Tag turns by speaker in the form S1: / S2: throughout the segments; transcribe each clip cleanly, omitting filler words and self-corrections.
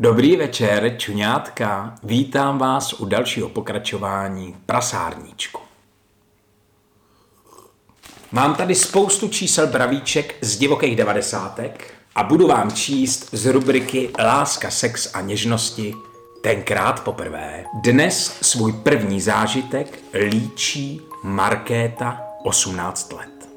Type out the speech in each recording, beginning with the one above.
S1: Dobrý večer, čuňátka. Vítám vás u dalšího pokračování Prasárníčku. Mám tady spoustu čísel bravíček z divokých devadesátek a budu vám číst z rubriky Láska, sex a něžnosti tenkrát poprvé. Dnes svůj první zážitek líčí Markéta, 18 let.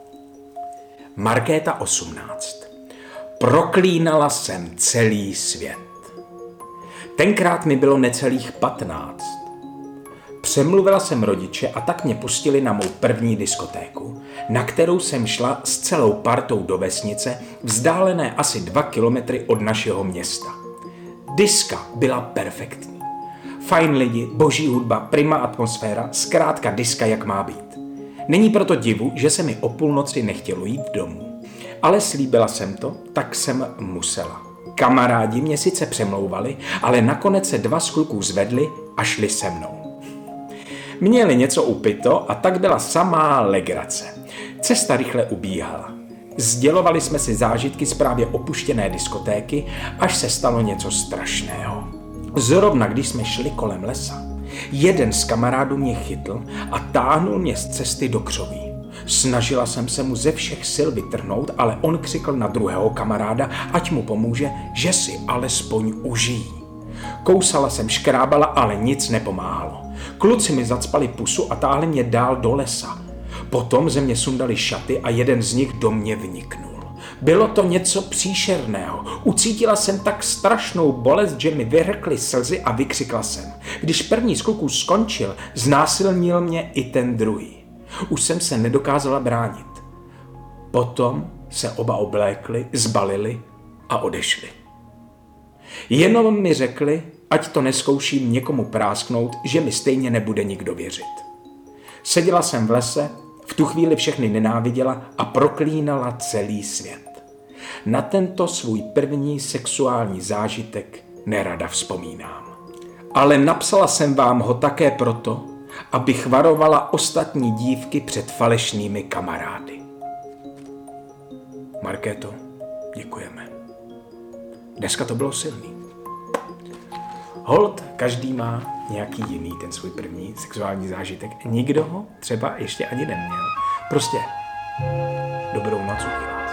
S1: Markéta, 18. Proklínala jsem celý svět. Tenkrát mi bylo necelých 15. Přemluvila jsem rodiče a tak mě pustili na mou první diskotéku, na kterou jsem šla s celou partou do vesnice, vzdálené asi 2 kilometry od našeho města. Diska byla perfektní. Fajn lidi, boží hudba, prima atmosféra, zkrátka diska jak má být. Není proto divu, že se mi o půlnoci nechtělo jít domů. Ale slíbila jsem to, tak jsem musela. Kamarádi mě sice přemlouvali, ale nakonec se 2 z kluků zvedli a šli se mnou. Měli něco upito a tak byla samá legrace. Cesta rychle ubíhala. Sdělovali jsme si zážitky z právě opuštěné diskotéky, až se stalo něco strašného. Zrovna když jsme šli kolem lesa, jeden z kamarádů mě chytl a táhnul mě z cesty do křoví. Snažila jsem se mu ze všech sil vytrhnout, ale on křikl na druhého kamaráda, ať mu pomůže, že si alespoň užijí. Kousala jsem, škrábala, ale nic nepomáhalo. Kluci mi zacpali pusu a táhli mě dál do lesa. Potom ze mě sundali šaty a jeden z nich do mě vniknul. Bylo to něco příšerného. Ucítila jsem tak strašnou bolest, že mi vyhrkly slzy a vykřikla jsem. Když první z kluků skončil, znásilnil mě i ten druhý. Už jsem se nedokázala bránit. Potom se oba oblékli, zbalili a odešli. Jenom mi řekli, ať to neskouším někomu prásknout, že mi stejně nebude nikdo věřit. Seděla jsem v lese, v tu chvíli všechny nenáviděla a proklínala celý svět. Na tento svůj první sexuální zážitek nerada vzpomínám. Ale napsala jsem vám ho také proto, abych varovala ostatní dívky před falešnými kamarády. Markéto, děkujeme. Dneska to bylo silný. Holt, každý má nějaký jiný ten svůj první sexuální zážitek. Nikdo ho třeba ještě ani neměl. Prostě dobrou noc.